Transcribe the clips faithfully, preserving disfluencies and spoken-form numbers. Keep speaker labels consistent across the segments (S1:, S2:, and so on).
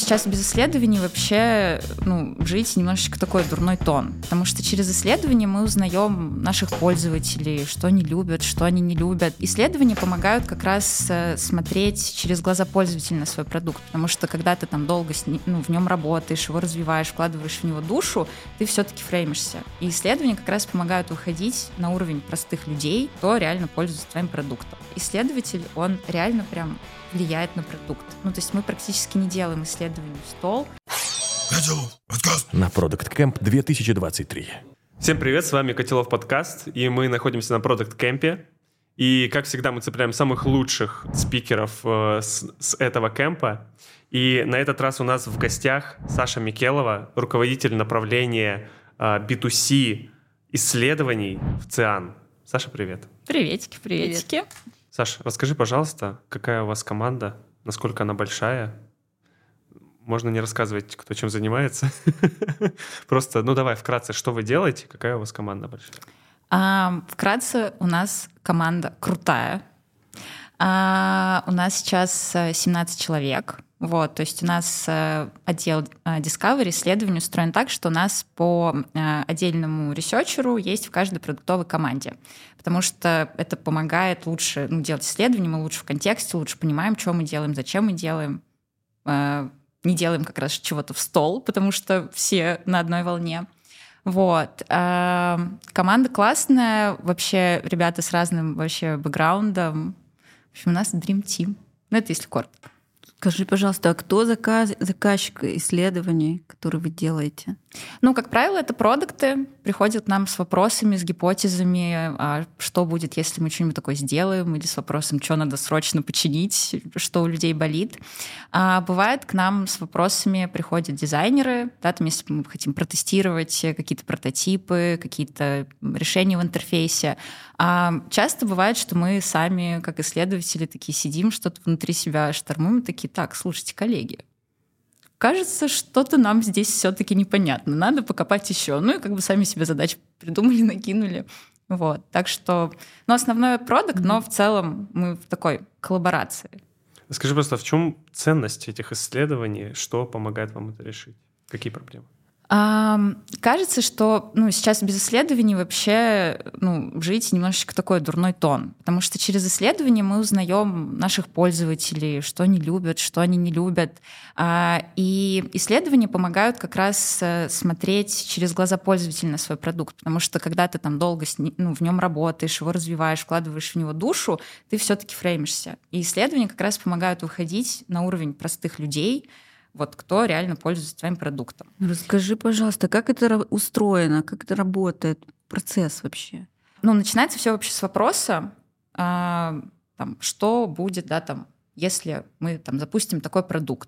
S1: сейчас без исследований вообще ну, жить немножечко такой дурной тон, потому что через исследования мы узнаем наших пользователей, что они любят, что они не любят. Исследования помогают как раз смотреть через глаза пользователя на свой продукт, потому что когда ты там долго с ним, ну, в нем работаешь, его развиваешь, вкладываешь в него душу, ты все-таки фреймишься. И исследования как раз помогают выходить на уровень простых людей, кто реально пользуется твоим продуктом. Исследователь, он реально прям влияет на продукт. Ну, то есть мы практически не делаем исследования в стол.
S2: На Product Camp две тысячи двадцать три.
S3: Всем привет, с вами Котелов подкаст, и мы находимся на Product Camp. И, как всегда, мы цепляем самых лучших спикеров э, с, с этого кемпа. И на этот раз у нас в гостях Саша Микелова, руководитель направления э, би ту си исследований в ЦИАН. Саша, привет.
S1: Приветики, приветики. Привет.
S3: Саш, расскажи, пожалуйста, какая у вас команда, насколько она большая? Можно не рассказывать, кто чем занимается. Просто, ну давай, вкратце, что вы делаете, какая у вас команда большая?
S1: А, вкратце, у нас команда крутая. А, у нас сейчас семнадцать человек. Вот, то есть у нас отдел Discovery исследований устроен так, что у нас по отдельному ресерчеру есть в каждой продуктовой команде, потому что это помогает лучше ну, делать исследования, мы лучше в контексте, лучше понимаем, что мы делаем, зачем мы делаем, не делаем как раз чего-то в стол, потому что все на одной волне. Вот. Команда классная, вообще ребята с разным вообще бэкграундом. В общем, у нас Dream Team. Ну, это если коротко.
S4: Скажи, пожалуйста, а кто заказ, заказчик исследований, которые вы делаете?
S1: Ну, как правило, это продукты приходят к нам с вопросами, с гипотезами, а что будет, если мы что-нибудь такое сделаем, или с вопросом, что надо срочно починить, что у людей болит. А бывает, к нам с вопросами приходят дизайнеры, да, там, если мы хотим протестировать какие-то прототипы, какие-то решения в интерфейсе. А часто бывает, что мы сами, как исследователи, такие сидим, что-то внутри себя штормуем, такие, так, слушайте, коллеги, кажется, что-то нам здесь все-таки непонятно. Надо покопать еще. Ну и как бы сами себе задачи придумали, накинули. Вот. Так что, ну, основной продукт, mm-hmm. но в целом мы в такой коллаборации.
S3: Скажи просто, в чем ценность этих исследований? Что помогает вам это решить? Какие проблемы?
S1: А, кажется, что ну, сейчас без исследований вообще ну, жить немножечко такой дурной тон, потому что через исследования мы узнаем наших пользователей, что они любят, что они не любят. А, и исследования помогают как раз смотреть через глаза пользователя на свой продукт, потому что когда ты там долго с, ну, в нем работаешь, его развиваешь, вкладываешь в него душу, ты все-таки фреймишься. И исследования как раз помогают выходить на уровень простых людей, вот кто реально пользуется твоим продуктом.
S4: Расскажи, пожалуйста, как это устроено, как это работает, процесс вообще?
S1: Ну, начинается все вообще с вопроса, э, там, что будет, да, там, если мы там, запустим такой продукт,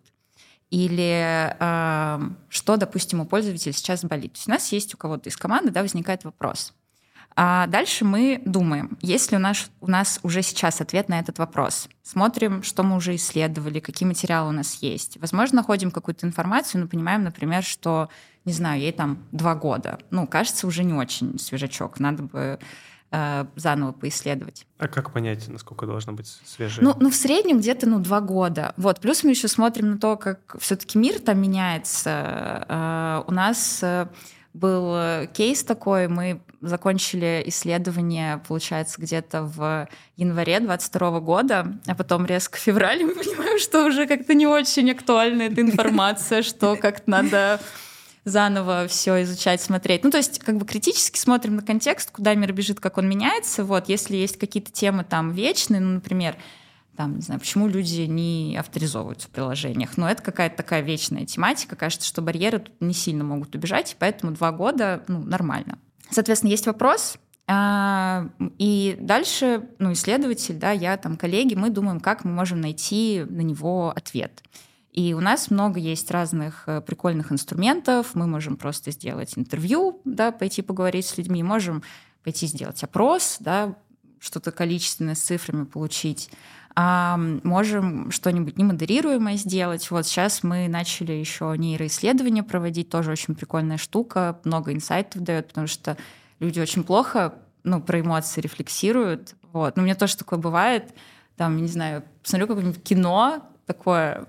S1: или э, что, допустим, у пользователя сейчас болит. То есть у нас есть у кого-то из команды, да, возникает вопрос. А дальше мы думаем, есть ли у нас, у нас уже сейчас ответ на этот вопрос. Смотрим, что мы уже исследовали, какие материалы у нас есть. Возможно, находим какую-то информацию, но понимаем, например, что, не знаю, ей там два года. Ну, кажется, уже не очень свежачок. Надо бы э, заново поисследовать.
S3: А как понять, насколько должна быть свежей?
S1: Ну, ну, в среднем где-то ну, два года. Вот. Плюс мы еще смотрим на то, как все-таки мир там меняется. Э, у нас... Э, был кейс такой, мы закончили исследование, получается, где-то в январе двадцать второго года, а потом резко в феврале мы понимаем, что уже как-то не очень актуальна эта информация, что как-то надо заново все изучать, смотреть. Ну, то есть как бы критически смотрим на контекст, куда мир бежит, как он меняется. Вот, если есть какие-то темы там вечные, ну, например, там, не знаю, почему люди не авторизовываются в приложениях. Но это какая-то такая вечная тематика. Кажется, что барьеры тут не сильно могут убежать, поэтому два года ну, нормально. Соответственно, есть вопрос, и дальше ну, исследователь, да, я, там, коллеги, мы думаем, как мы можем найти на него ответ. И у нас много есть разных прикольных инструментов. Мы можем просто сделать интервью, да, пойти поговорить с людьми, можем пойти сделать опрос, да, что-то количественное с цифрами получить. А можем что-нибудь немодерируемое сделать. Вот сейчас мы начали еще нейроисследования проводить, тоже очень прикольная штука, много инсайтов дает, потому что люди очень плохо ну, про эмоции рефлексируют. Вот. Но у меня тоже такое бывает. Там, не знаю, посмотрю какое-нибудь кино такое,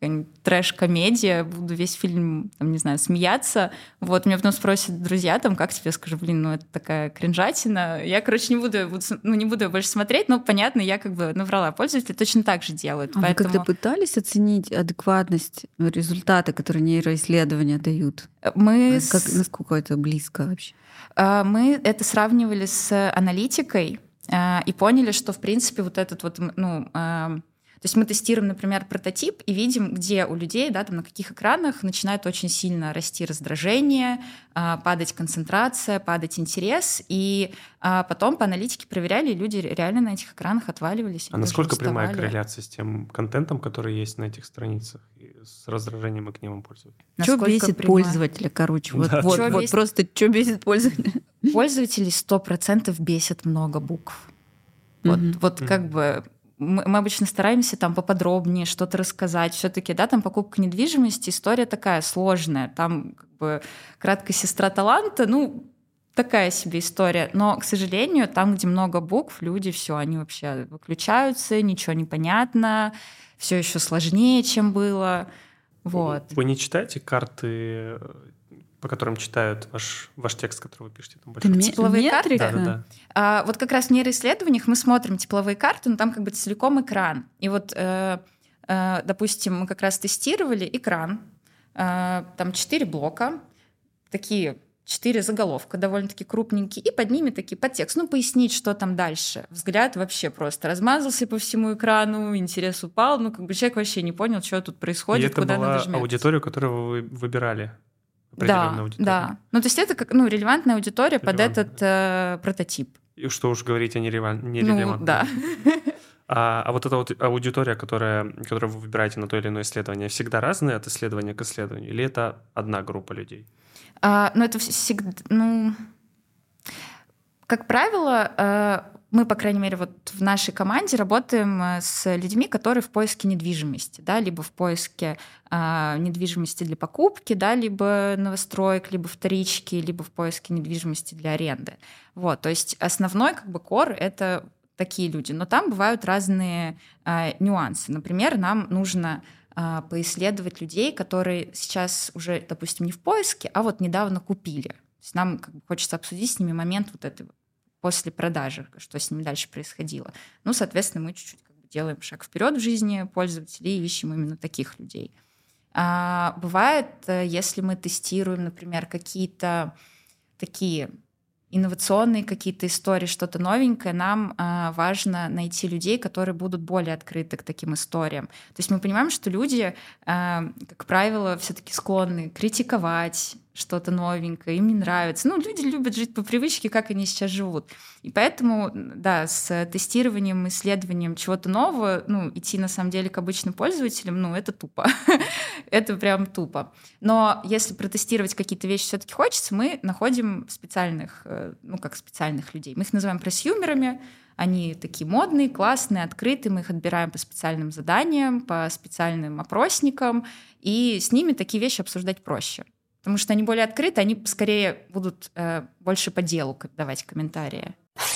S1: трэш-комедия, буду весь фильм, там, не знаю, смеяться. Вот, меня потом спросят друзья, там, как тебе? Скажу, блин, ну это такая кринжатина. Я, короче, не буду, ну, не буду больше смотреть, но, понятно, я как бы наврала. Пользователи точно так же делают.
S4: А
S1: поэтому...
S4: вы как-то пытались оценить адекватность результата, которые нейроисследования дают?
S1: Мы
S4: как,
S1: с...
S4: Насколько это близко вообще?
S1: Мы это сравнивали с аналитикой и поняли, что, в принципе, вот этот вот, ну, то есть мы тестируем, например, прототип и видим, где у людей, да, там на каких экранах начинает очень сильно расти раздражение, падать концентрация, падать интерес. И потом по аналитике проверяли, и люди реально на этих экранах отваливались.
S3: А насколько прямая корреляция с тем контентом, который есть на этих страницах, и с раздражением и гневом пользователя?
S4: Что бесит прямая... пользователя, короче? Вот, да. вот, вот бесит... просто что бесит пользователя?
S1: Пользователей сто процентов бесит много букв. Вот, mm-hmm. вот mm-hmm. как бы... Мы, мы обычно стараемся там поподробнее что-то рассказать. Все-таки, да, там покупка недвижимости, история такая сложная. Там как бы краткая сестра таланта, ну, такая себе история. Но, к сожалению, там, где много букв, люди все, они вообще выключаются, ничего не понятно, все еще сложнее, чем было. Вот.
S3: Вы не читаете карты, по которым читают ваш, ваш текст, который вы пишете? Там
S1: большой... Тепловые карты?
S3: Да, да, да.
S1: А, вот как раз в нейроисследованиях мы смотрим тепловые карты, но там как бы целиком экран. И вот, э, э, допустим, мы как раз тестировали экран, э, там четыре блока, такие четыре заголовка, довольно-таки крупненькие, и под ними такие подтекст. Ну, пояснить, что там дальше. Взгляд вообще просто размазался по всему экрану, интерес упал, ну, как бы человек вообще не понял, что тут происходит,
S3: и это
S1: куда
S3: была
S1: надо жмёть.
S3: Аудиторию, которую вы выбирали?
S1: Да, да. Ну, то есть это как ну, релевантная аудитория под этот э, прототип.
S3: И что уж говорить о нерелевантной. Ну,
S1: да.
S3: А, а вот эта вот аудитория, которая, которую вы выбираете на то или иное исследование, всегда разные от исследования к исследованию? Или это одна группа людей?
S1: А, ну, это всегда... Ну, как правило, э, мы, по крайней мере, вот в нашей команде работаем с людьми, которые в поиске недвижимости, да, либо в поиске э, недвижимости для покупки, да, либо новостроек, либо вторички, либо в поиске недвижимости для аренды. Вот, то есть основной как бы кор — это такие люди. Но там бывают разные э, нюансы. Например, нам нужно э, поисследовать людей, которые сейчас уже, допустим, не в поиске, а вот недавно купили. То есть нам как бы хочется обсудить с ними момент вот этого после продажи, что с ними дальше происходило. Ну, соответственно, мы чуть-чуть как бы делаем шаг вперед в жизни пользователей и ищем именно таких людей. А бывает, если мы тестируем, например, какие-то такие инновационные какие-то истории, что-то новенькое, нам а, важно найти людей, которые будут более открыты к таким историям. То есть мы понимаем, что люди, а, как правило, все-таки склонны критиковать что-то новенькое, им не нравится. Ну, люди любят жить по привычке, как они сейчас живут. И поэтому, да, с тестированием, исследованием чего-то нового, ну, идти на самом деле к обычным пользователям, ну, это тупо. Это прям тупо. Но если протестировать какие-то вещи все-таки хочется, мы находим специальных, ну, как специальных людей. Мы их называем просьюмерами. Они такие модные, классные, открытые. Мы их отбираем по специальным заданиям, по специальным опросникам. И с ними такие вещи обсуждать проще. Потому что они более открыты, они скорее будут э, больше по делу давать комментарии.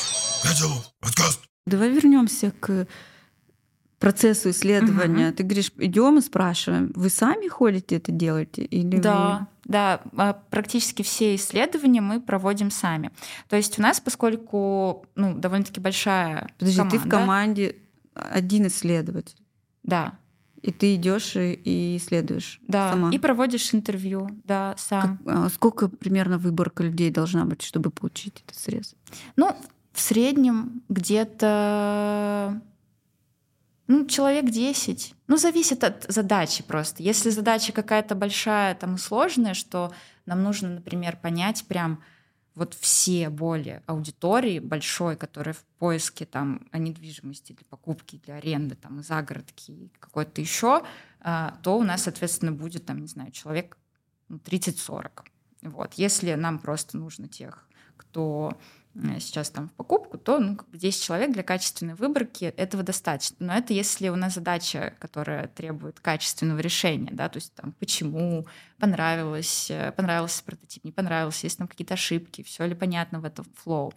S4: Давай вернемся к процессу исследования. Угу. Ты говоришь, идем и спрашиваем, вы сами ходите это делаете? Или
S1: да,
S4: вы...
S1: да, практически все исследования мы проводим сами. То есть у нас, поскольку ну, довольно-таки большая
S4: Подожди,
S1: команда...
S4: ты в команде один исследователь?
S1: Да.
S4: И ты идешь и исследуешь
S1: да,
S4: сама?
S1: И проводишь интервью, да, сам.
S4: Как, а сколько примерно выборка людей должна быть, чтобы получить этот срез?
S1: Ну, в среднем где-то ну, человек десять. Ну, зависит от задачи просто. Если задача какая-то большая там, и сложная, что нам нужно, например, понять прям вот все боли аудитории большой, которая в поиске там, о недвижимости для покупки, для аренды, там, и загородки, и какой-то еще, то у нас, соответственно, будет, там, не знаю, человек ну, тридцать-сорок. Вот. Если нам просто нужно тех, кто сейчас там в покупку, то ну, как бы десять человек для качественной выборки этого достаточно. Но это если у нас задача, которая требует качественного решения, да, то есть там почему понравилось, понравился прототип, не понравился, есть там какие-то ошибки, все ли понятно в этом флоу.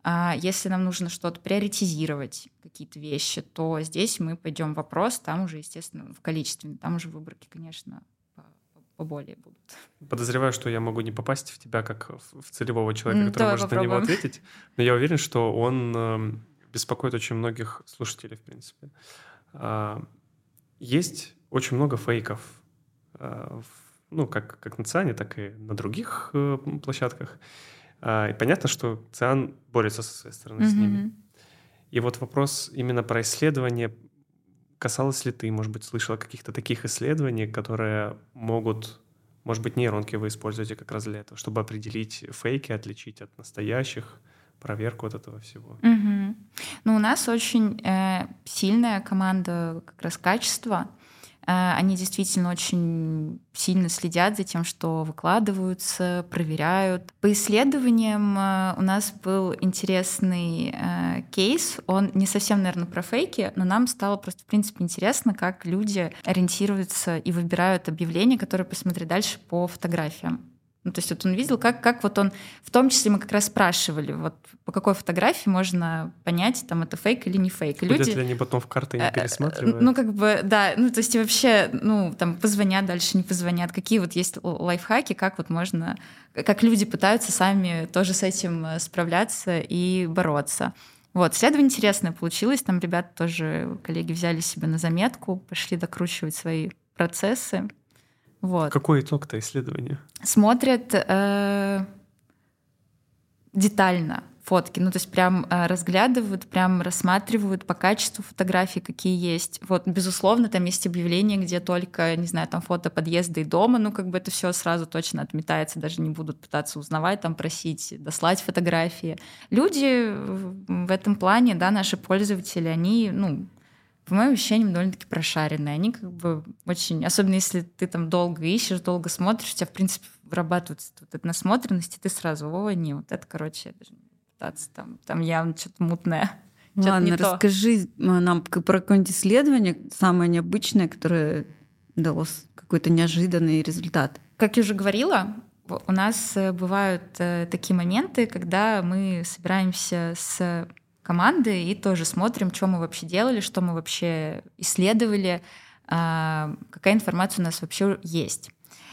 S1: А если нам нужно что-то приоритизировать, какие-то вещи, то здесь мы пойдем в вопрос, там уже, естественно, в количественном, там уже выборки, конечно, поболее будут.
S3: Подозреваю, что я могу не попасть в тебя как в целевого человека,
S1: Mm,
S3: который
S1: давай
S3: может
S1: попробуем.
S3: на него ответить, но я уверен, что он э, беспокоит очень многих слушателей, в принципе. Э, есть очень много фейков, э, в, ну, как, как на Циане, так и на других э, площадках. Э, и понятно, что Циан борется со своей стороны mm-hmm. с ними. И вот вопрос именно про исследование. Касалась ли ты, может быть, слышала каких-то таких исследований, которые могут, может быть, нейронки вы используете как раз для этого, чтобы определить фейки, отличить от настоящих, проверку от этого всего?
S1: Угу. Ну, у нас очень э, сильная команда как раз качества. Э, они действительно очень сильно следят за тем, что выкладываются, проверяют. По исследованиям э, у нас был интересный э, кейс. Он не совсем, наверное, про фейки, но нам стало просто, в принципе, интересно, как люди ориентируются и выбирают объявления, которые посмотреть дальше по фотографиям. Ну, то есть вот он видел, как, как вот он... В том числе мы как раз спрашивали, вот по какой фотографии можно понять, там, это фейк или не фейк. И
S3: Ходят
S1: люди...
S3: ли они потом в карты не пересматривают?
S1: Ну, как бы, да. Ну, то есть вообще, ну, там, позвонят дальше, не позвонят. Какие вот есть лайфхаки, как вот можно... Как люди пытаются сами тоже с этим справляться и бороться. Вот, исследование интересное получилось. Там ребята тоже, коллеги, взяли себе на заметку, пошли докручивать свои процессы. Вот.
S3: Какой итог-то исследования?
S1: Смотрят э, детально фотки, ну то есть прям э, разглядывают, прям рассматривают по качеству фотографий, какие есть. Вот, безусловно, там есть объявления, где только, не знаю, там фото подъезда и дома, ну как бы это все сразу точно отметается, даже не будут пытаться узнавать, там просить, дослать фотографии. Люди в этом плане, да, наши пользователи, они, ну, по моим ощущениям, довольно-таки прошаренные. Они как бы очень... Особенно если ты там долго ищешь, долго смотришь, у тебя, в принципе, вырабатывается вот эта насмотренность, и ты сразу, о, не, вот это, короче, я даже не буду пытаться, там, там явно что-то мутное. Что-то
S4: Ладно,
S1: не
S4: расскажи то. Нам про какое-нибудь исследование, самое необычное, которое дало какой-то неожиданный результат.
S1: Как я уже говорила, у нас бывают такие моменты, когда мы собираемся с... команды и тоже смотрим, что мы вообще делали, что мы вообще исследовали, какая информация у нас вообще есть.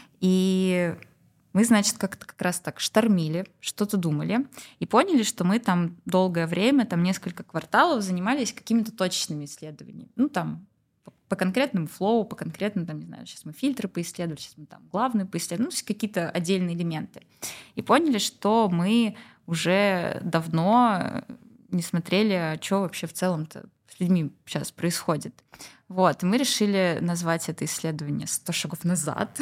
S1: И мы, значит, как-то как раз так штормили, что-то думали и поняли, что мы там долгое время, там несколько кварталов занимались какими-то точечными исследованиями. Ну, там по конкретному флоу, по конкретному, там, не знаю, сейчас мы фильтры поисследовали, сейчас мы там главные поисследовали, ну, то есть какие-то отдельные элементы. И поняли, что мы уже давно не смотрели, что вообще в целом-то с людьми сейчас происходит. Вот, и мы решили назвать это исследование «сто шагов назад»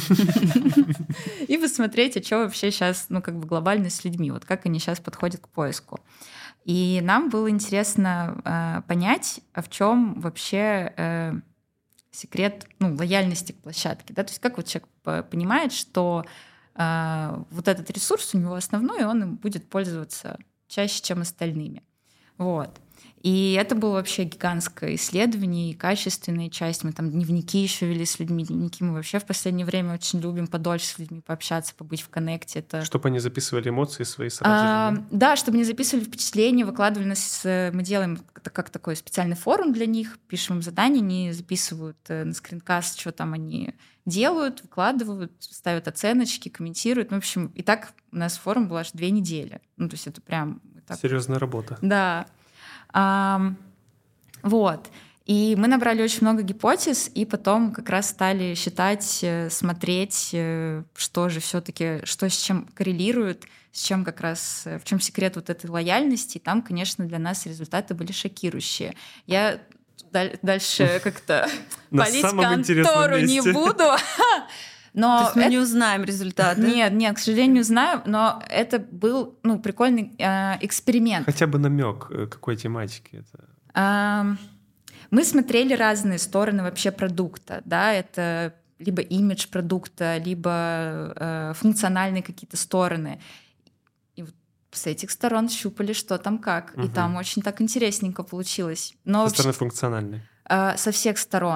S1: и посмотреть, а что вообще сейчас, ну, как бы глобально с людьми, вот как они сейчас подходят к поиску. И нам было интересно э, понять, а в чем вообще э, секрет, ну, лояльности к площадке, да, то есть как вот человек понимает, что э, вот этот ресурс у него основной, и он им будет пользоваться чаще, чем остальными. Вот. И это было вообще гигантское исследование и качественная часть. Мы там дневники еще вели с людьми. Дневники мы вообще в последнее время очень любим подольше с людьми пообщаться, побыть в коннекте. Это...
S3: Чтобы они записывали эмоции свои сразу
S1: а,
S3: же.
S1: Да, чтобы они записывали впечатления, выкладывали нас. Мы делаем это как такой специальный форум для них, пишем им задания, они записывают на скринкаст, что там они делают, выкладывают, ставят оценочки, комментируют. В общем, и так у нас форум был аж две недели. Ну, то есть это прям... Так...
S3: Серьезная работа.
S1: Да. А, вот. И мы набрали очень много гипотез, и потом как раз стали считать, смотреть, что же все-таки, что с чем коррелирует, с чем как раз, в чем секрет вот этой лояльности. И там, конечно, для нас результаты были шокирующие. Я дальше как-то палить контору не буду. Но
S4: То есть мы
S1: это...
S4: не узнаем результаты?
S1: Нет, нет, к сожалению, не узнаем, но это был, ну, прикольный э, эксперимент.
S3: Хотя бы намек, какой тематики это?
S1: А, мы смотрели разные стороны вообще продукта, да, это либо имидж продукта, либо э, функциональные какие-то стороны. И вот с этих сторон щупали, что там как. Угу. И там очень так интересненько получилось. Но
S3: Со
S1: вообще,
S3: стороны функциональной?
S1: Э, со всех сторон.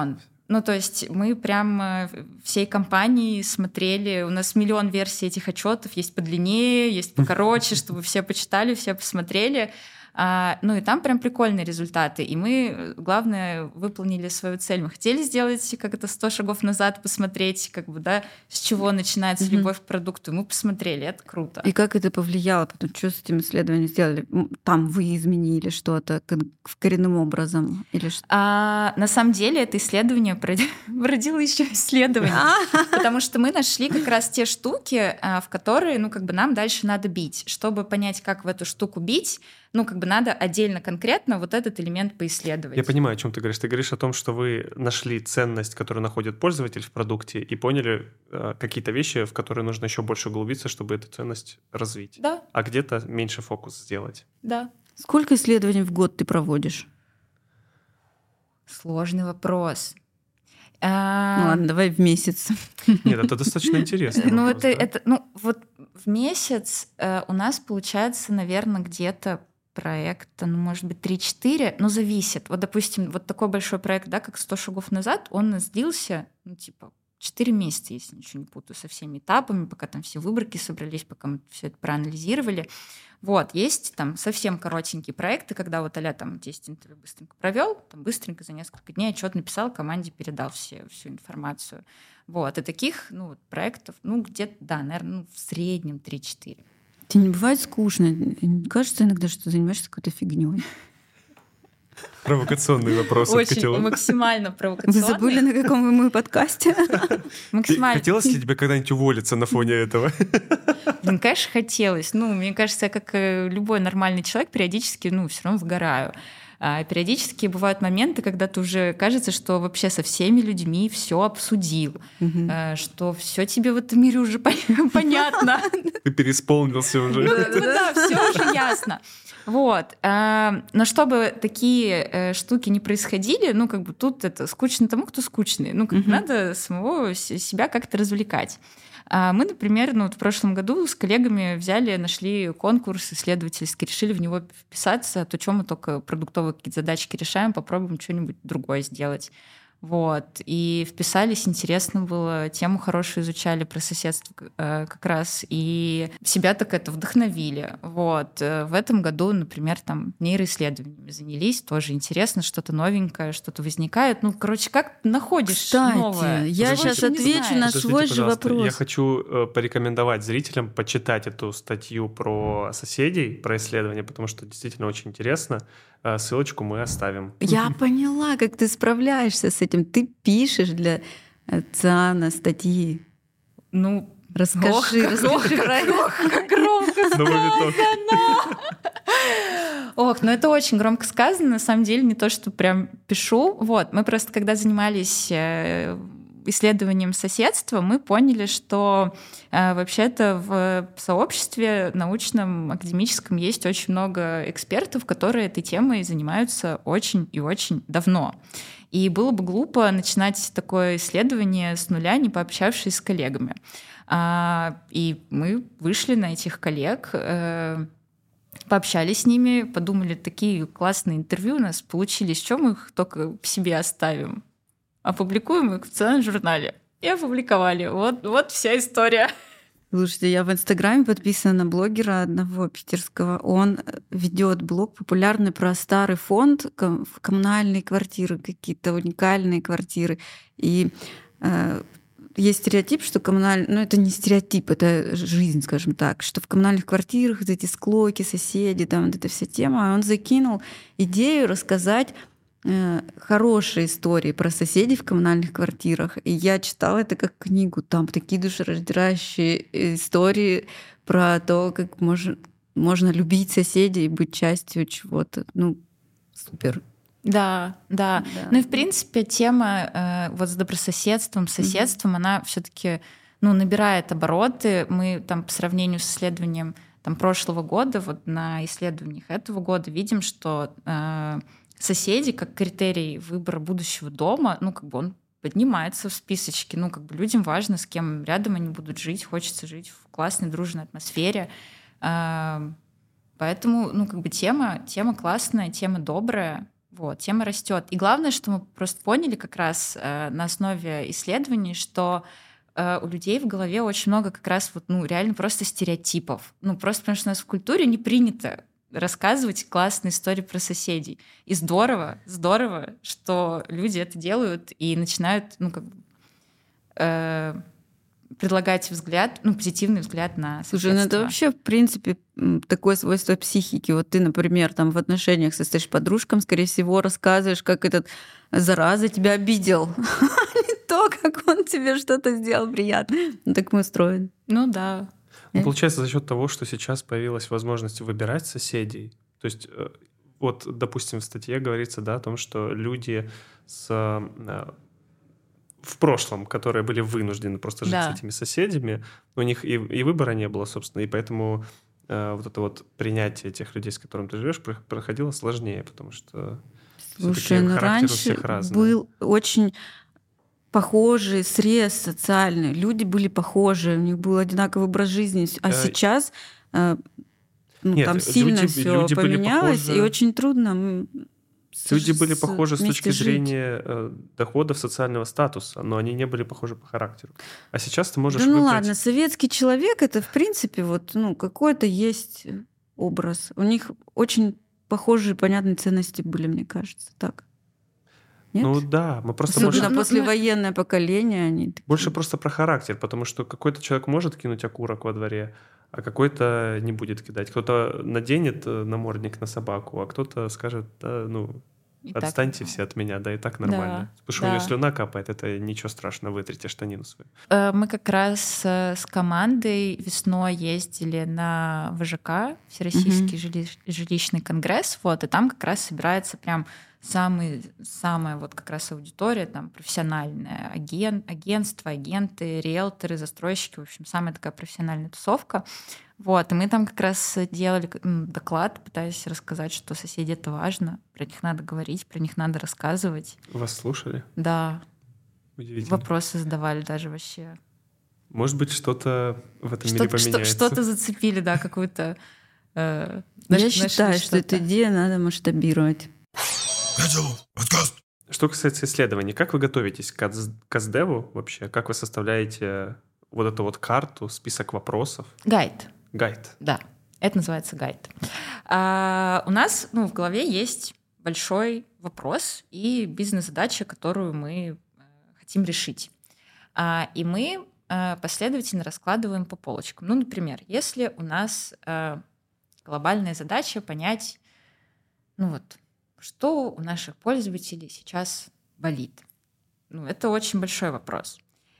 S1: Ну, то есть мы прям всей компанией смотрели, у нас миллион версий этих отчетов, есть подлиннее, есть покороче, чтобы все почитали, все посмотрели. А, ну и там прям прикольные результаты. И мы, главное, выполнили свою цель. Мы хотели сделать как это сто шагов назад, посмотреть, как бы, да, с чего начинается mm-hmm. любовь к продукту. И мы посмотрели, это круто.
S4: И как это повлияло? Потом, что с этим исследованием сделали? Там вы изменили что-то коренным образом? Или что?
S1: А, на самом деле это исследование породило еще исследование. Потому что мы нашли как раз те штуки, в которые, ну, как бы нам дальше надо бить. Чтобы понять, как в эту штуку бить, ну, как бы надо отдельно конкретно вот этот элемент поисследовать.
S3: Я понимаю, о чем ты говоришь. Ты говоришь о том, что вы нашли ценность, которую находит пользователь в продукте, и поняли э, какие-то вещи, в которые нужно еще больше углубиться, чтобы эту ценность развить.
S1: Да.
S3: А где-то меньше фокус сделать.
S1: Да.
S4: Сколько исследований в год ты проводишь?
S1: Сложный вопрос.
S4: Ну ладно, давай в месяц.
S3: Нет, это достаточно интересно.
S1: Ну, это, это, ну, вот в месяц э, у нас получается, наверное, где-то проекта, ну, может быть, три-четыре, но зависит. Вот, допустим, вот такой большой проект, да, как сто шагов назад, он у нас длился, ну, типа, четыре месяца, если ничего не путаю, со всеми этапами, пока там все выборки собрались, пока мы все это проанализировали. Вот, есть там совсем коротенькие проекты, когда вот а-ля там десять интервью быстренько провел, там быстренько за несколько дней отчет написал, команде передал все, всю информацию. Вот, и таких, ну, вот, проектов, ну, где-то, да, наверное, ну, в среднем три-четыре.
S4: Тебе не бывает скучно? Кажется иногда, что занимаешься какой-то фигней.
S3: Провокационный вопрос
S1: Очень
S3: откатил.
S1: максимально провокационный.
S4: Вы забыли, на каком мы подкасте?
S1: Максимально.
S3: Хотелось ли тебе когда-нибудь уволиться на фоне этого?
S1: Ну, конечно, хотелось. Ну, мне кажется, я, как любой нормальный человек, периодически, ну, все равно выгораю. А периодически бывают моменты, когда ты уже кажется, что вообще со всеми людьми все обсудил, mm-hmm. что все тебе в этом мире уже понятно.
S3: Ты переисполнился уже.
S1: Ну да, все уже ясно. Вот. Но чтобы такие штуки не происходили, ну, как бы тут это скучно тому, кто скучный. Ну, как бы надо самого себя как-то развлекать. Мы, например, ну, вот в прошлом году с коллегами взяли, нашли конкурс исследовательский, решили в него вписаться, то, чем мы только продуктовые какие-то задачки решаем, попробуем что-нибудь другое сделать. Вот. И вписались, интересно было, тему хорошую изучали про соседство э, как раз, и себя так это вдохновили. Вот. В этом году, например, там нейроисследованиями занялись, тоже интересно, что-то новенькое, что-то возникает. Ну, короче, как находишь
S4: Кстати,
S1: новое?
S4: я
S1: Чего
S4: сейчас отвечу на свой же вопрос.
S3: Я хочу э, порекомендовать зрителям почитать эту статью про соседей, про исследования, потому что действительно очень интересно. Ссылочку мы оставим.
S4: Я поняла, как ты справляешься с этим. Ты пишешь для ЦИАНа статьи.
S1: Ну,
S4: расскажи,
S1: ох,
S4: расскажи.
S1: Ох, как громко сказано! Ох, ну это очень громко сказано. На самом деле не то, что прям пишу. Вот, мы просто, когда занимались исследованием соседства, мы поняли, что э, вообще-то в сообществе научном, академическом есть очень много экспертов, которые этой темой занимаются очень и очень давно. И было бы глупо начинать такое исследование с нуля, не пообщавшись с коллегами. А, и мы вышли на этих коллег, э, пообщались с ними, подумали, такие классные интервью у нас получились, что мы их только в себе оставим? Опубликуем их в ЦИАН журнале. И опубликовали. Вот, вот вся история.
S4: Слушайте, я в Инстаграме подписана на блогера одного питерского. Он ведет блог популярный про старый фонд, коммунальные квартиры, какие-то уникальные квартиры. И э, есть стереотип, что коммунальные... Ну, это не стереотип, это жизнь, скажем так, что в коммунальных квартирах вот эти склоки, соседи, там вот эта вся тема. Он закинул идею рассказать хорошие истории про соседей в коммунальных квартирах. И я читала это как книгу. Там такие душераздирающие истории про то, как можно, можно любить соседей и быть частью чего-то. Ну, супер.
S1: Да, да, да. Ну и в принципе тема э, вот с добрососедством, соседством, mm-hmm. она все-таки ну, набирает обороты. Мы там по сравнению с исследованием там, прошлого года, вот на исследованиях этого года видим, что э, соседи, как критерий выбора будущего дома, ну, как бы он поднимается в списочке. Ну, как бы людям важно, с кем рядом они будут жить, хочется жить в классной, дружной атмосфере. Поэтому, ну, как бы тема, тема классная, тема добрая. Вот, тема растет. И главное, что мы просто поняли как раз э, на основе исследований, что э, у людей в голове очень много как раз вот, ну, реально просто стереотипов. Ну, просто потому что у нас в культуре не принято рассказывать классные истории про соседей. И здорово, здорово, что люди это делают и начинают, ну, как бы, э, предлагать взгляд, ну, позитивный взгляд на соседство.
S4: Слушай, ну это вообще, в принципе, такое свойство психики. Вот ты, например, там в отношениях состоишь с подружком, скорее всего, рассказываешь, как этот зараза тебя обидел. Не то, как он тебе что-то сделал приятное. Ну, так мы устроены.
S1: Ну да.
S3: Ну, получается, за счет того, что сейчас появилась возможность выбирать соседей, то есть вот, допустим, в статье говорится, да, о том, что люди с в прошлом, которые были вынуждены просто жить да. с этими соседями, у них и, и выбора не было, собственно, и поэтому э, вот это вот принятие тех людей, с которыми ты живешь, проходило сложнее, потому что
S4: Слушай, ну раньше был очень похожий срез социальный, люди были похожи, у них был одинаковый образ жизни, а э, сейчас э, ну, нет, там сильно все поменялось, и очень трудно.
S3: Люди были похожи с точки жить. зрения э, доходов, социального статуса, но они не были похожи по характеру. А сейчас ты можешь
S4: да ну
S3: выбрать...
S4: ладно, советский человек — это, в принципе, вот, ну, какой-то есть образ. У них очень похожие, понятные ценности были, мне кажется, так. Нет?
S3: Ну да, мы просто...
S4: Особенно
S3: можем...
S4: послевоенное поколение. Они такие...
S3: Больше просто про характер, потому что какой-то человек может кинуть окурок во дворе, а какой-то не будет кидать. Кто-то наденет намордник на собаку, а кто-то скажет, да, ну, и отстаньте все от меня, да, и так нормально. Да, потому что да. у нее слюна капает, это ничего страшного, вытрите штанину свою.
S1: Мы как раз с командой весной ездили на ВЖК, Всероссийский угу. жили, жилищный конгресс, вот, и там как раз собирается прям самый, самая вот как раз аудитория, там, профессиональная, агент, агентства, агенты, риэлторы, застройщики, в общем, самая такая профессиональная тусовка. Вот, и мы там как раз делали доклад, пытаясь рассказать, что соседи — это важно, про них надо говорить, про них надо рассказывать.
S3: Вас слушали?
S1: Да.
S3: Удивительно.
S1: Вопросы задавали даже вообще.
S3: Может быть, что-то в этом
S1: что-то,
S3: мире поменяется.
S1: Что- что-то зацепили, да, какую-то... Э,
S4: наш, Я считаю, что эту идею надо масштабировать.
S3: Что касается исследований, как вы готовитесь к КАЗДеву вообще? Как вы составляете вот эту вот карту, список вопросов?
S1: Гайд.
S3: Гайд.
S1: Да, это называется гайд. А, у нас, ну, в голове есть большой вопрос и бизнес-задача, которую мы э, хотим решить. А, и мы э, последовательно раскладываем по полочкам. Ну, например, если у нас э, глобальная задача понять, ну вот, что у наших пользователей сейчас болит. Ну, это очень большой вопрос.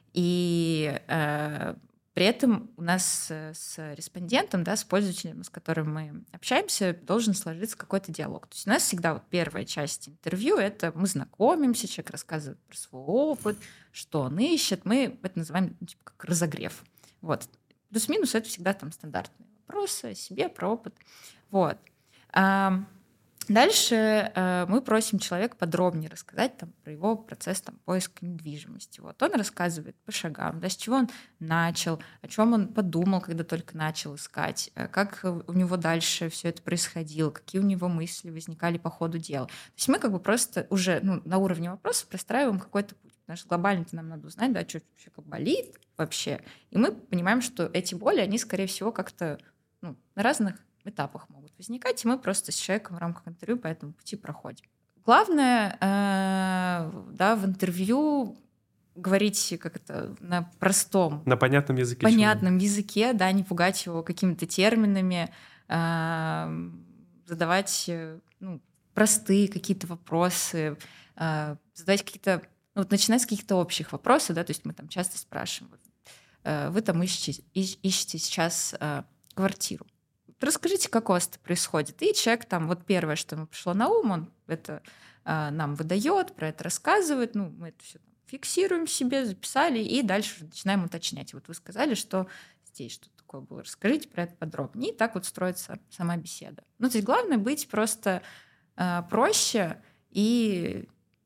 S1: И э, при этом у нас с респондентом, да, с пользователем, с которым мы общаемся, должен сложиться какой-то диалог. То есть у нас всегда вот первая часть интервью — это мы знакомимся, человек рассказывает про свой опыт, что он ищет. Мы это называем, ну, типа как разогрев. Вот. Плюс-минус это всегда там стандартные вопросы о себе, про опыт. Вот. А, Дальше э, мы просим человека подробнее рассказать там, про его процесс там, поиска недвижимости. Вот. Он рассказывает по шагам, да, с чего он начал, о чем он подумал, когда только начал искать, э, как у него дальше все это происходило, какие у него мысли возникали по ходу дела. То есть мы как бы просто уже ну, на уровне вопросов простраиваем какой-то путь. Потому что глобально-то нам надо узнать, да, что человек болит вообще. И мы понимаем, что эти боли, они, скорее всего, как-то ну, на разных этапах могут возникать, и мы просто с человеком в рамках интервью по этому пути проходим. Главное, э, да, в интервью говорить как это на простом,
S3: на понятном языке,
S1: понятном языке, да, не пугать его какими-то терминами, э, задавать ну, простые какие-то вопросы, э, задавать какие-то, ну, вот начинать с каких-то общих вопросов, да, то есть мы там часто спрашиваем, э, вы там ищете, ищете сейчас э, квартиру. Расскажите, как у вас это происходит. И человек там, вот первое, что ему пришло на ум, он это э, нам выдает, про это рассказывает. Ну, мы это все там фиксируем себе, записали, и дальше начинаем уточнять. Вот вы сказали, что здесь что такое было. Расскажите про это подробнее. И так вот строится сама беседа. Ну, то есть главное быть просто э, проще и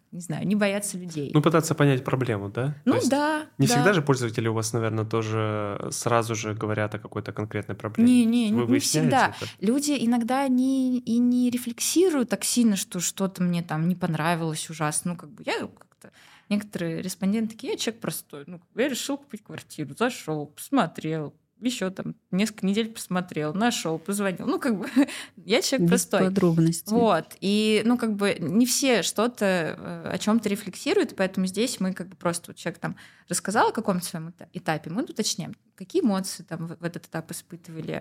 S1: не знаю, не бояться людей.
S3: Ну, пытаться понять проблему, да?
S1: Ну,
S3: То есть
S1: да.
S3: Не
S1: да.
S3: всегда же пользователи у вас, наверное, тоже сразу же говорят о какой-то конкретной проблеме.
S1: Не, не,
S3: Вы
S1: не всегда.
S3: это?
S1: Люди иногда не, и не рефлексируют так сильно, что что-то мне там не понравилось ужасно. Ну, как бы я как-то... Некоторые респонденты такие, я человек простой. Ну, я решил купить квартиру, зашел, посмотрел, еще там несколько недель посмотрел, нашел, позвонил. Ну, как бы я человек
S4: Без
S1: простой.
S4: подробностей.
S1: Вот. И, ну, как бы не все что-то о чем-то рефлексируют, поэтому здесь мы как бы просто вот человек там рассказал о каком-то своем этапе, мы уточняем, какие эмоции там в этот этап испытывали,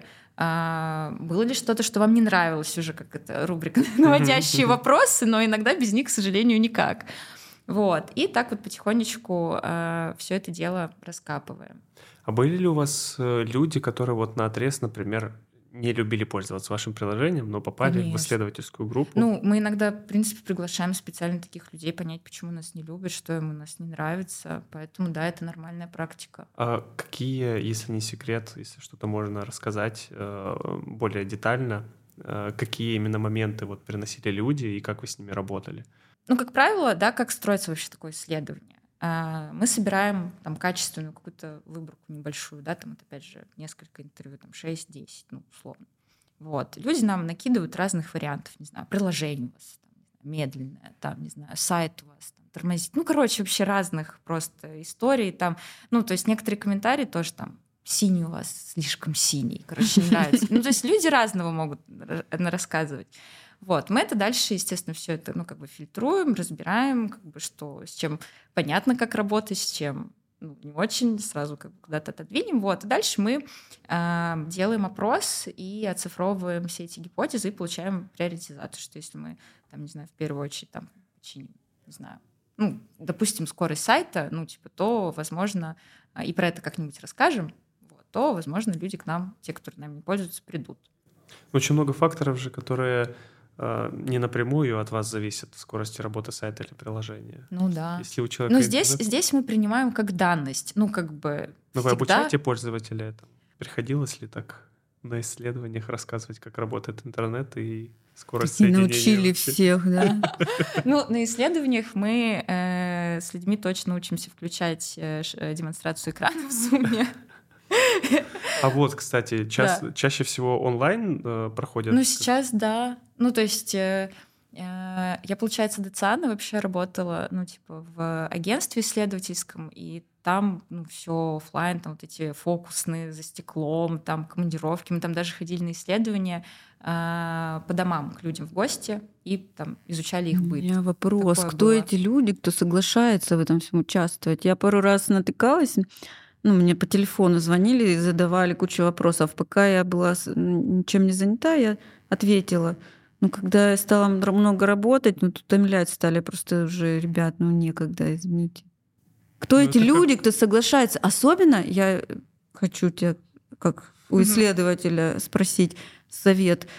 S1: а, было ли что-то, что вам не нравилось уже, как это рубрика «Наводящие вопросы», но иногда без них, к сожалению, никак. Вот. И так вот потихонечку э, все это дело раскапываем.
S3: А были ли у вас люди, которые вот наотрез, например, не любили пользоваться вашим приложением, но попали
S1: Конечно.
S3: в исследовательскую группу?
S1: Ну, мы иногда, в принципе, приглашаем специально таких людей понять, почему нас не любят, что ему нас не нравится. Поэтому, да, это нормальная практика.
S3: А какие, если не секрет, если что-то можно рассказать более детально, какие именно моменты вот приносили люди и как вы с ними работали?
S1: Ну, как правило, да, как строится вообще такое исследование? Мы собираем там качественную какую-то выборку небольшую, да, там, вот, опять же, несколько интервью, там, шесть-десять, ну, условно. Вот. Люди нам накидывают разных вариантов, не знаю, приложение у вас там, медленное, там, не знаю, сайт у вас там, тормозит. Ну, короче, вообще разных просто историй там. Ну, то есть некоторые комментарии тоже там, синий у вас слишком синий, короче, не нравится. Ну, то есть люди разного могут рассказывать. Вот, мы это дальше, естественно, все это, ну, как бы фильтруем, разбираем, как бы, что, с чем понятно, как работать, с чем ну, не очень, сразу как бы куда-то отодвинем. Вот, и дальше мы э, делаем опрос и оцифровываем все эти гипотезы и получаем приоритизацию, что если мы, там, не знаю, в первую очередь, там, чиним, не знаю, ну, допустим, скорость сайта, ну, типа, то, возможно, и про это как-нибудь расскажем, вот, то, возможно, люди к нам, те, которые нами не пользуются, придут.
S3: Очень много факторов же, которые не напрямую от вас зависит скорости работы сайта или приложения.
S1: Ну да.
S3: Если у человека
S1: Но здесь,
S3: интернет...
S1: здесь мы принимаем как данность. Ну, как бы.
S3: Но
S1: всегда...
S3: вы обучаете пользователя этому? Приходилось ли так на исследованиях рассказывать, как работает интернет и скорость
S4: Такие
S3: соединения?
S4: научили всех, да?
S1: Ну, на исследованиях мы с людьми точно учимся включать демонстрацию экрана в Zoom.
S3: А вот, кстати, ча- да. чаще всего онлайн э, проходят?
S1: Ну, сейчас, да. Ну, то есть э, э, я, получается, до ЦИАНа вообще работала, ну, типа, в агентстве исследовательском, и там, ну, все офлайн, там вот эти фокусные за стеклом, там командировки. Мы там даже ходили на исследования э, по домам к людям в гости и там изучали их быт.
S4: У меня вопрос,
S1: Такое
S4: кто
S1: было.
S4: эти люди, кто соглашается в этом всем участвовать? Я пару раз натыкалась... Ну, мне по телефону звонили и задавали кучу вопросов. Пока я была ничем не занята, я ответила. Ну, когда я стала много работать, ну, тут утомлять стали просто уже, ребят, ну, некогда, извините. Кто ну, эти люди, как... кто соглашается? Особенно я хочу тебя, как у исследователя, mm-hmm. спросить совет.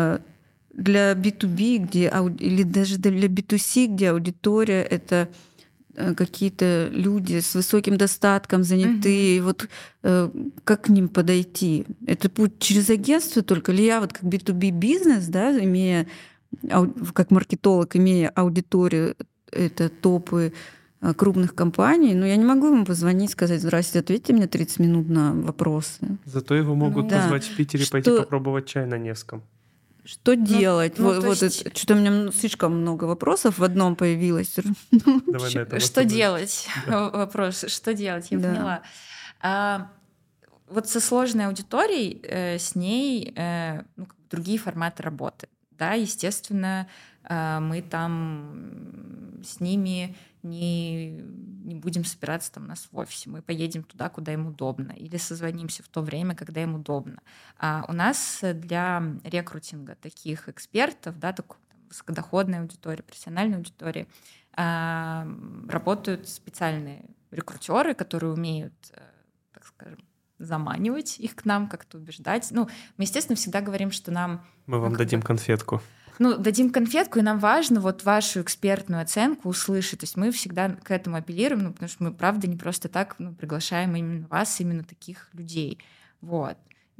S4: Для би ту би, где, или даже для би ту си, где аудитория — это... какие-то люди с высоким достатком занятые, угу. вот э, как к ним подойти? Это путь через агентство только? Или я вот как би ту би бизнес, да, имея, как маркетолог, имея аудиторию, это топы крупных компаний, но я не могу ему позвонить, сказать: «Здравствуйте, ответьте мне тридцать минут на вопросы».
S3: Зато его могут ну, позвать да. в Питере,
S4: что...
S3: пойти попробовать чай на Невском.
S4: Что ну, делать?
S1: Ну,
S4: вот вот
S1: есть...
S4: это, что-то у меня слишком много вопросов в одном появилось.
S3: Давай на этом
S1: что делать? Да. Вопрос. Что делать? Я да. поняла. А, вот со сложной аудиторией, э, с ней э, ну, другие форматы работы. Да, естественно, э, мы там с ними не, не будем собираться там у нас в офисе. Мы поедем туда, куда им удобно. Или созвонимся в то время, когда им удобно. А у нас для рекрутинга таких экспертов, да, такой там, высокодоходной аудитории, профессиональной аудитории, а, работают специальные рекрутеры, которые умеют, так скажем, заманивать их к нам, как-то убеждать. Ну, мы, естественно, всегда говорим, что нам...
S3: Мы вам
S1: ну,
S3: дадим
S1: бы,
S3: конфетку.
S1: Ну, дадим конфетку, и нам важно вот вашу экспертную оценку услышать. То есть мы всегда к этому апеллируем, ну, потому что мы, правда, не просто так ну, приглашаем именно вас, именно таких людей. Вот.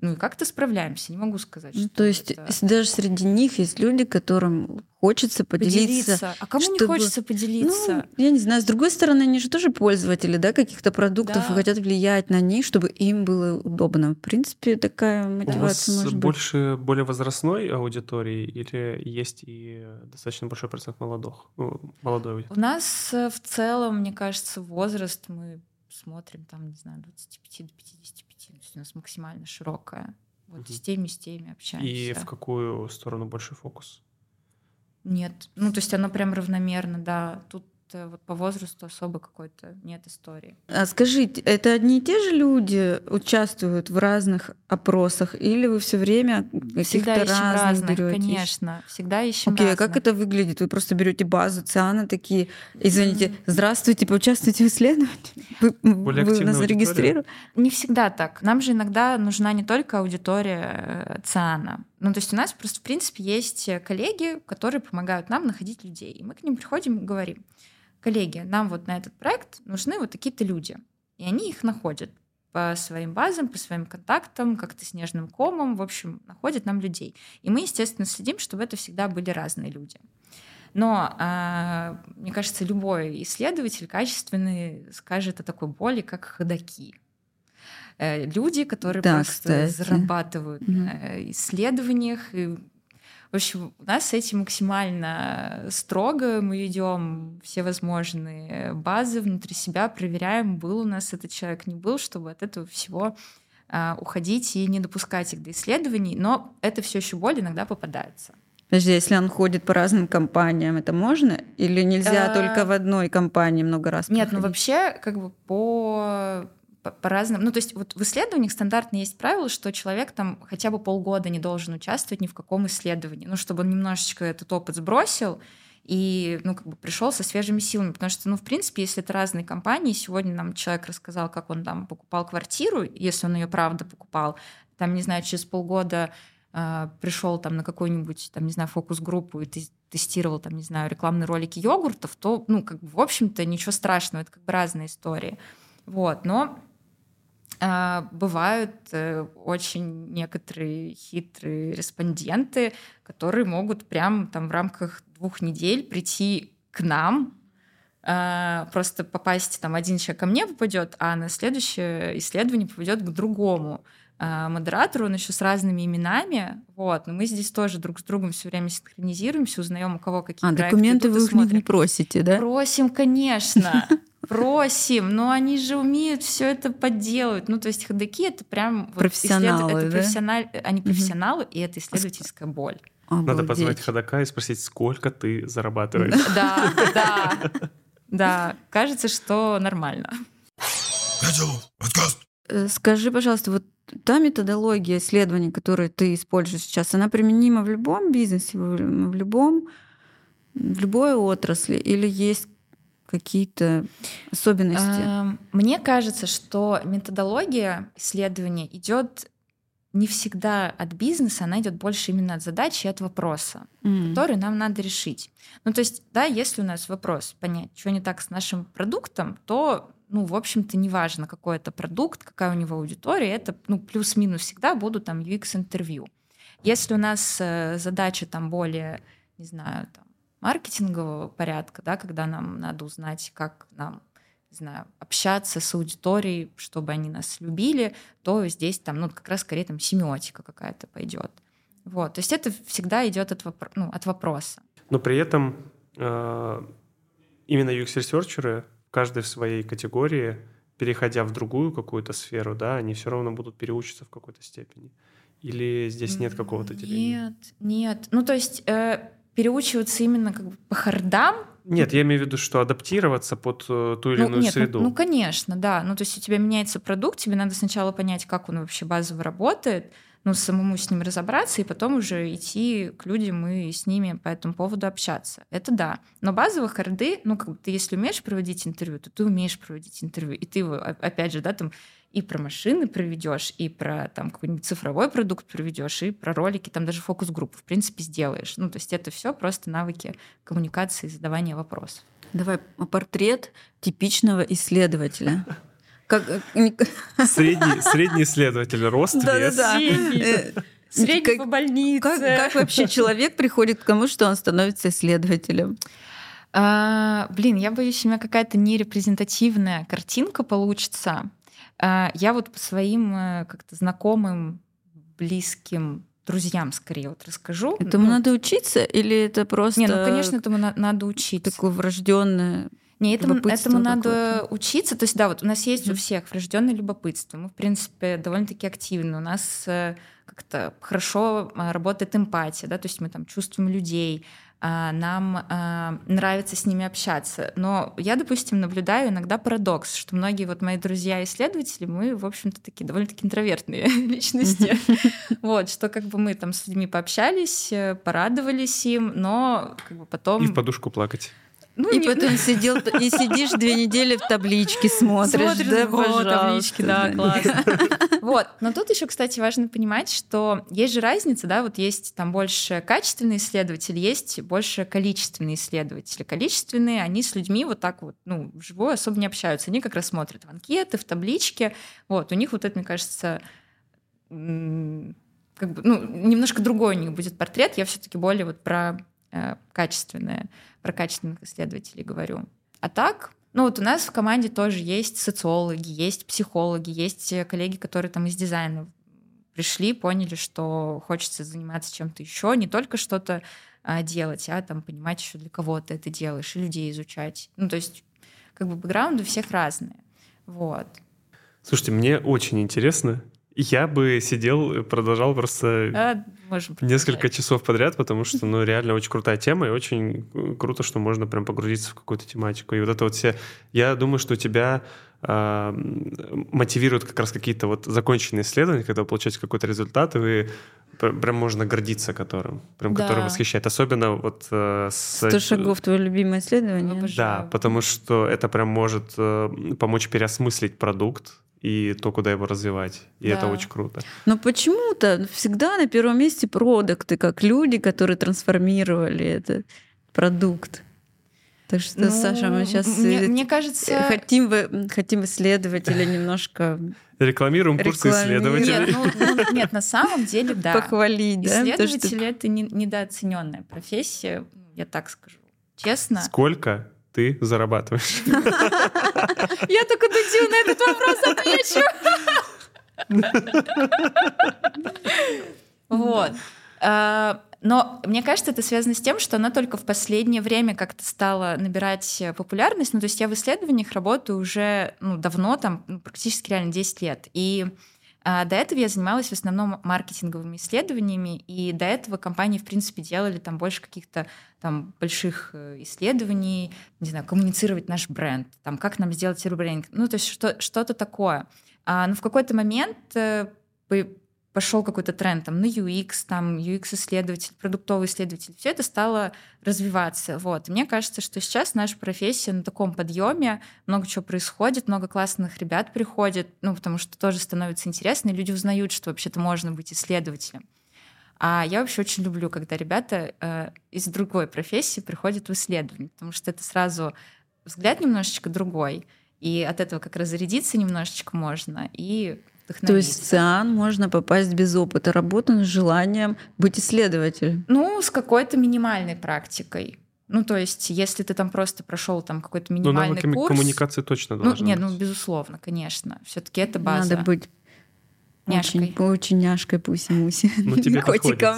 S1: ну и как-то справляемся, не могу сказать,
S4: Ну,
S1: что
S4: то есть
S1: это...
S4: если даже среди них есть люди, которым хочется поделиться.
S1: Поделиться. А кому не
S4: чтобы-
S1: хочется поделиться?
S4: Ну, я не знаю. С другой стороны, они же тоже пользователи, да, каких-то продуктов
S1: Да.
S4: и хотят влиять на них, чтобы им было удобно. В принципе, такая
S3: У вас
S4: мотивация может быть.
S3: больше более возрастной аудитории или есть и достаточно большой процент молодых, ну, молодой аудитории?
S1: У нас э, в целом, мне кажется, возраст мы смотрим там, не знаю, двадцать пять до пятидесяти пяти. То есть у нас максимально широкая. Вот
S3: Мгм.
S1: с теми, с теми общаемся.
S3: И в какую сторону больше фокус?
S1: Нет. Ну, то есть оно прям равномерно, да. Тут э, вот по возрасту особо какой-то нет истории.
S4: А скажите, это одни и те же люди участвуют в разных опросах, или вы все время
S1: Всегда
S4: каких-то
S1: ищем
S4: разных,
S1: разных,
S4: берете?
S1: конечно. Всегда ищем
S4: Окей, а
S1: разных.
S4: как это выглядит? Вы просто берете базу циана, такие, извините, здравствуйте, поучаствуйте в исследовании. Вы,
S3: Более
S4: вы
S3: активная
S4: нас
S3: аудитория.
S4: зарегистрировали?
S1: Не всегда так. Нам же иногда нужна не только аудитория э, циана. Ну, то есть у нас просто, в принципе, есть коллеги, которые помогают нам находить людей. И мы к ним приходим и говорим: коллеги, нам вот на этот проект нужны вот такие-то люди. И они их находят по своим базам, по своим контактам, как-то снежным комом, в общем, находят нам людей. И мы, естественно, следим, чтобы это всегда были разные люди. Но, а, мне кажется, любой исследователь качественный скажет о такой боли, как ходаки. Э, Люди, которые
S4: Да,
S1: просто
S4: кстати.
S1: зарабатывают
S4: Мгм.
S1: на э, исследованиях. И, в общем, у нас с этим максимально строго. Мы ведем все возможные базы внутри себя, проверяем, был у нас этот человек, не был, чтобы от этого всего а, уходить и не допускать их до исследований. Но это все еще боль иногда попадается.
S4: Подожди, если он ходит по разным компаниям, это можно? Или нельзя
S1: А,
S4: только в одной компании много раз
S1: Нет, ну
S4: проходить?
S1: вообще как бы по, по, по разным... Ну то есть вот в исследованиях стандартно есть правило, что человек там хотя бы полгода не должен участвовать ни в каком исследовании, ну чтобы он немножечко этот опыт сбросил и ну как бы пришел со свежими силами, потому что, ну в принципе, если это разные компании, сегодня нам человек рассказал, как он там покупал квартиру, если он ее правда покупал, там, не знаю, через полгода пришел там на какую-нибудь, там, не знаю, фокус-группу и ты тестировал, там, не знаю, рекламные ролики йогуртов, то, ну, как бы, в общем-то, ничего страшного, это как бы разные истории. Вот, но а, бывают э, очень некоторые хитрые респонденты, которые могут прям там в рамках двух недель прийти к нам, а, просто попасть, там, один человек ко мне попадет, а на следующее исследование попадет к другому модератору, он еще с разными именами, вот, но мы здесь тоже друг с другом все время синхронизируемся, узнаем, у кого какие
S4: А,
S1: проекты
S4: документы
S1: идут,
S4: вы
S1: и
S4: их не, не
S1: смотрим.
S4: просите, да?
S1: Просим, конечно, просим, но они же умеют все это подделывать. Ну, то есть ходаки — это прям вот
S4: Профессионалы,
S1: исслед- это
S4: да?
S1: профессиональ... они
S4: Мгм.
S1: профессионалы, и это исследовательская боль.
S3: Надо
S4: Обалдеть.
S3: позвонить ходака и спросить, сколько ты зарабатываешь.
S1: Да, да, да, кажется, что нормально.
S4: Э, Скажи, пожалуйста, вот та методология исследований, которую ты используешь сейчас, она применима в любом бизнесе, в в любом, в любой отрасли, или есть какие-то особенности?
S1: Эм, Мне кажется, что методология исследования идет не всегда от бизнеса, она идет больше именно от задачи и от вопроса,
S4: М.
S1: который нам надо решить. Ну, то есть, да, если у нас вопрос понять, что не так с нашим продуктом, то, ну, в общем-то, неважно, какой это продукт, какая у него аудитория, это, ну, плюс-минус всегда будут там ю экс-интервью. Если у нас э, задача там более, не знаю, там, маркетингового порядка, да, когда нам надо узнать, как нам, не знаю, общаться с аудиторией, чтобы они нас любили, то здесь там, ну, как раз скорее там семиотика какая-то пойдет. Вот, то есть это всегда идет от, вопро- ну, от вопроса.
S3: Но при этом э, именно ю экс-ресерчеры, каждый в своей категории, переходя в другую какую-то сферу, да, они все равно будут переучиться в какой-то степени. Или здесь нет какого-то деления?
S1: Нет, нет. Ну, то есть э, переучиваться именно как бы по хардам.
S3: Нет, я имею в виду, что адаптироваться под э, ту или
S1: Ну,
S3: иную
S1: нет, ну,
S3: среду.
S1: ну, конечно, да. Ну, то есть у тебя меняется продукт, тебе надо сначала понять, как он вообще базово работает, ну, самому с ним разобраться, и потом уже идти к людям и с ними по этому поводу общаться. Это да. Но базовые харды, ну, как бы ты если умеешь проводить интервью, то ты умеешь проводить интервью. И ты его, опять же, да, там и про машины проведешь, и про там какой-нибудь цифровой продукт проведешь, и про ролики, там даже фокус-группу, в принципе, сделаешь. Ну, то есть это все просто навыки коммуникации и задавания вопросов.
S4: Давай портрет типичного исследователя.
S3: Средний, средний исследователь, рост, вес.
S1: Средний по больнице.
S4: Как, как вообще человек приходит к тому, что он становится исследователем?
S1: А, блин, я боюсь, у меня какая-то нерепрезентативная картинка получится. А, я вот по своим как-то знакомым, близким друзьям скорее вот расскажу.
S4: Этому
S1: ну,
S4: надо учиться или это просто...
S1: Не, ну, конечно, этому на- надо учиться.
S4: Такое врожденное...
S1: Не, этому, этому надо
S4: какое-то.
S1: учиться. То есть, да, вот у нас есть mm-hmm. у всех врожденное любопытство. Мы, в принципе, довольно-таки активны. У нас э, как-то хорошо э, работает эмпатия, да, то есть мы там чувствуем людей, э, нам э, нравится с ними общаться. Но я, допустим, наблюдаю иногда парадокс, что многие вот мои друзья-исследователи, мы, в общем-то, такие довольно-таки интровертные личности. Вот, что как бы мы там с людьми пообщались, порадовались им, но как бы потом...
S3: И в подушку плакать.
S4: Ну, и не... потом сидел, и сидишь две недели в табличке, смотришь,
S1: смотришь
S4: да,
S1: о, таблички, да,
S4: да.
S1: классно. Вот, но тут еще, кстати, важно понимать, что есть же разница, да, вот есть там больше качественные исследователи, есть больше количественные исследователи. Количественные, они с людьми вот так вот, ну, вживую особо не общаются, они как раз смотрят в анкеты, в таблички, вот, у них вот это, мне кажется, как бы, ну, немножко другой у них будет портрет, я все-таки более вот про э, качественное, про качественных исследователей говорю. А так, ну вот у нас в команде тоже есть социологи, есть психологи, есть коллеги, которые там из дизайна пришли, поняли, что хочется заниматься чем-то еще, не только что-то а, делать, а там понимать еще для кого ты это делаешь, и людей изучать. Ну то есть как бы бэкграунды у всех разные. Вот.
S3: Слушайте, мне очень интересно. Я бы сидел, продолжал просто
S1: а, можем
S3: несколько часов подряд, потому что, ну, реально очень крутая тема, и очень круто, что можно прям погрузиться в какую-то тематику. И вот это вот все... Я думаю, что тебя э, мотивируют как раз какие-то вот законченные исследования, когда вы получаете какой-то результат, и вы прям можно гордиться которым, прям
S1: да.
S3: который восхищает. Особенно вот э, с...
S4: сто шагов твое любимое исследование?
S3: Обожаю. Да, потому что это прям может э, помочь переосмыслить продукт, и то, куда его развивать. И да. это очень круто.
S4: Но почему-то всегда на первом месте продукты, как люди, которые трансформировали этот продукт. Так что, ну, Саша, мы сейчас
S1: мне, мне кажется...
S4: хотим, хотим исследователя немножко...
S3: Рекламируем курсы исследователей.
S1: Нет, ну, нет, на самом деле, да.
S4: Похвалить, да?
S1: Исследователи
S4: что...
S1: — это не, недооцененная профессия, я так скажу. Честно.
S3: Сколько ты зарабатываешь?
S1: Я только Дудю на этот вопрос отвечу. Вот. Но мне кажется, это связано с тем, что она только в последнее время как-то стала набирать популярность. Ну, то есть я в исследованиях работаю уже ну, давно, там ну, практически реально десять лет. И а, до этого я занималась в основном маркетинговыми исследованиями, и до этого компании, в принципе, делали там больше каких-то там больших исследований, не знаю, коммуницировать наш бренд, там, как нам сделать ребрендинг, ну, то есть что, что-то такое. А, но в какой-то момент э, пошел какой-то тренд там, на ю экс, там, ю экс-исследователь, продуктовый исследователь. Все это стало развиваться. Вот. И мне кажется, что сейчас наша профессия на таком подъеме, много чего происходит, много классных ребят приходит, ну, потому что тоже становится интересно, и люди узнают, что вообще-то можно быть исследователем. А я вообще очень люблю, когда ребята э, из другой профессии приходят в исследование, потому что это сразу взгляд немножечко другой, и от этого как разрядиться немножечко можно, и
S4: то есть в ЦИАН можно попасть без опыта работы, но с желанием быть исследователем?
S1: Ну, с какой-то минимальной практикой. Ну, то есть, если ты там просто прошел там какой-то минимальный
S3: ну,
S1: курс...
S3: коммуникации точно должны
S1: ну, нет,
S3: быть.
S1: Ну, безусловно, конечно. Все-таки это база.
S4: Надо быть
S1: няшкой.
S4: Очень, очень няшкой, пуси-муси,
S3: ну, тебе
S4: котиком.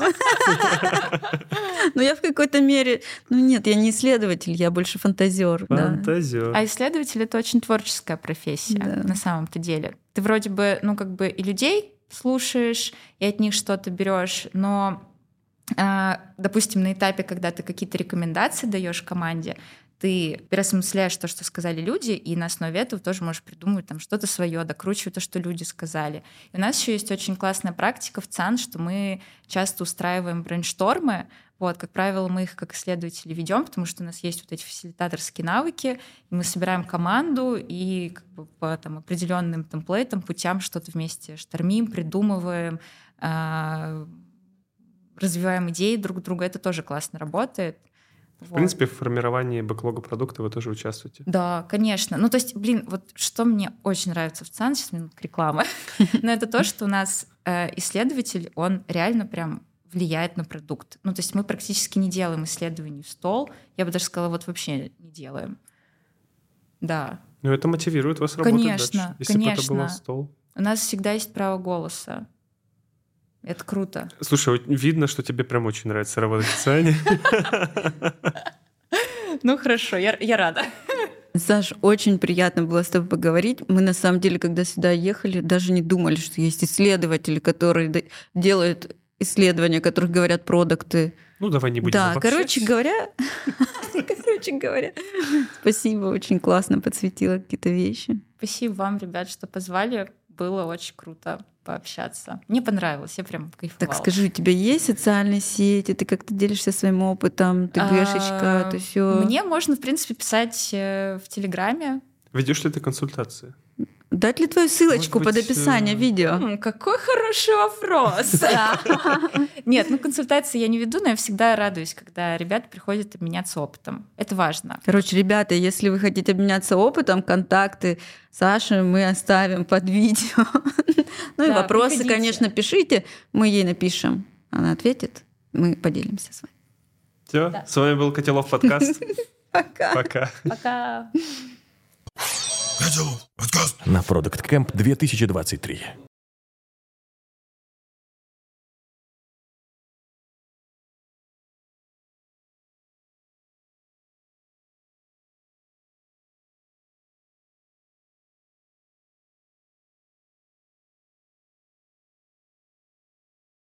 S4: Ну, я в какой-то мере... Ну, нет, я не исследователь, я больше фантазер.
S3: Фантазер.
S1: А исследователь — это очень творческая профессия на самом-то деле. Ты вроде бы, ну, как бы и людей слушаешь, и от них что-то берешь, но, допустим, на этапе, когда ты какие-то рекомендации даешь команде, ты переосмысляешь то, что сказали люди, и на основе этого тоже можешь придумывать там что-то свое, докручивать то, что люди сказали. И у нас еще есть очень классная практика в ЦИАН, что мы часто устраиваем брейнштормы. Вот, как правило, мы их как исследователи ведем, потому что у нас есть вот эти фасилитаторские навыки, и мы собираем команду и как бы по там, определенным темплейтам, путям что-то вместе штормим, придумываем, развиваем идеи друг друга. Это тоже классно работает.
S3: В вот. принципе, в формировании бэклога продукта вы тоже участвуете.
S1: Да, конечно. Ну, то есть, блин, вот что мне очень нравится в ЦИАН, сейчас минутка рекламы, но это то, что у нас исследователь, он реально прям влияет на продукт. Ну, то есть мы практически не делаем исследований в стол. Я бы даже сказала, вот вообще не делаем. Да.
S3: Ну, это мотивирует вас работать
S1: конечно,
S3: дальше. Если
S1: конечно.
S3: бы это было в стол.
S1: У нас всегда есть право голоса. Это круто.
S3: Слушай, видно, что тебе прям очень нравится работать в ЦИАНе.
S1: Ну, хорошо, я, я рада.
S4: Саш, очень приятно было с тобой поговорить. Мы, на самом деле, когда сюда ехали, даже не думали, что есть исследователи, которые делают исследования, о которых говорят продукты.
S3: Ну, давай не будем
S4: Да,
S3: обобщать.
S4: короче говоря, короче говоря, спасибо, очень классно подсветила какие-то вещи.
S1: Спасибо вам, ребят, что позвали. Было очень круто пообщаться. Мне понравилось, я прям кайфовала.
S4: Так скажи, у тебя есть социальные сети, ты как-то делишься своим опытом, ты гешечка, ты все.
S1: Мне можно, в принципе, писать в Телеграме.
S3: Ведешь ли ты консультации?
S4: Дать ли твою ссылочку
S3: Может
S4: под
S3: быть,
S4: описание
S3: э...
S4: видео?
S1: М, какой хороший вопрос. Нет, ну консультации я не веду, но я всегда радуюсь, когда ребята приходят обменяться опытом. Это важно.
S4: Короче, ребята, если вы хотите обменяться опытом, контакты Саши мы оставим под видео. Ну и вопросы, конечно, пишите, мы ей напишем. Она ответит, мы поделимся с вами.
S3: Все, с вами был Котелов подкаст.
S4: Пока.
S3: Пока.
S1: Пока.
S2: На Product Camp две тысячи двадцать три.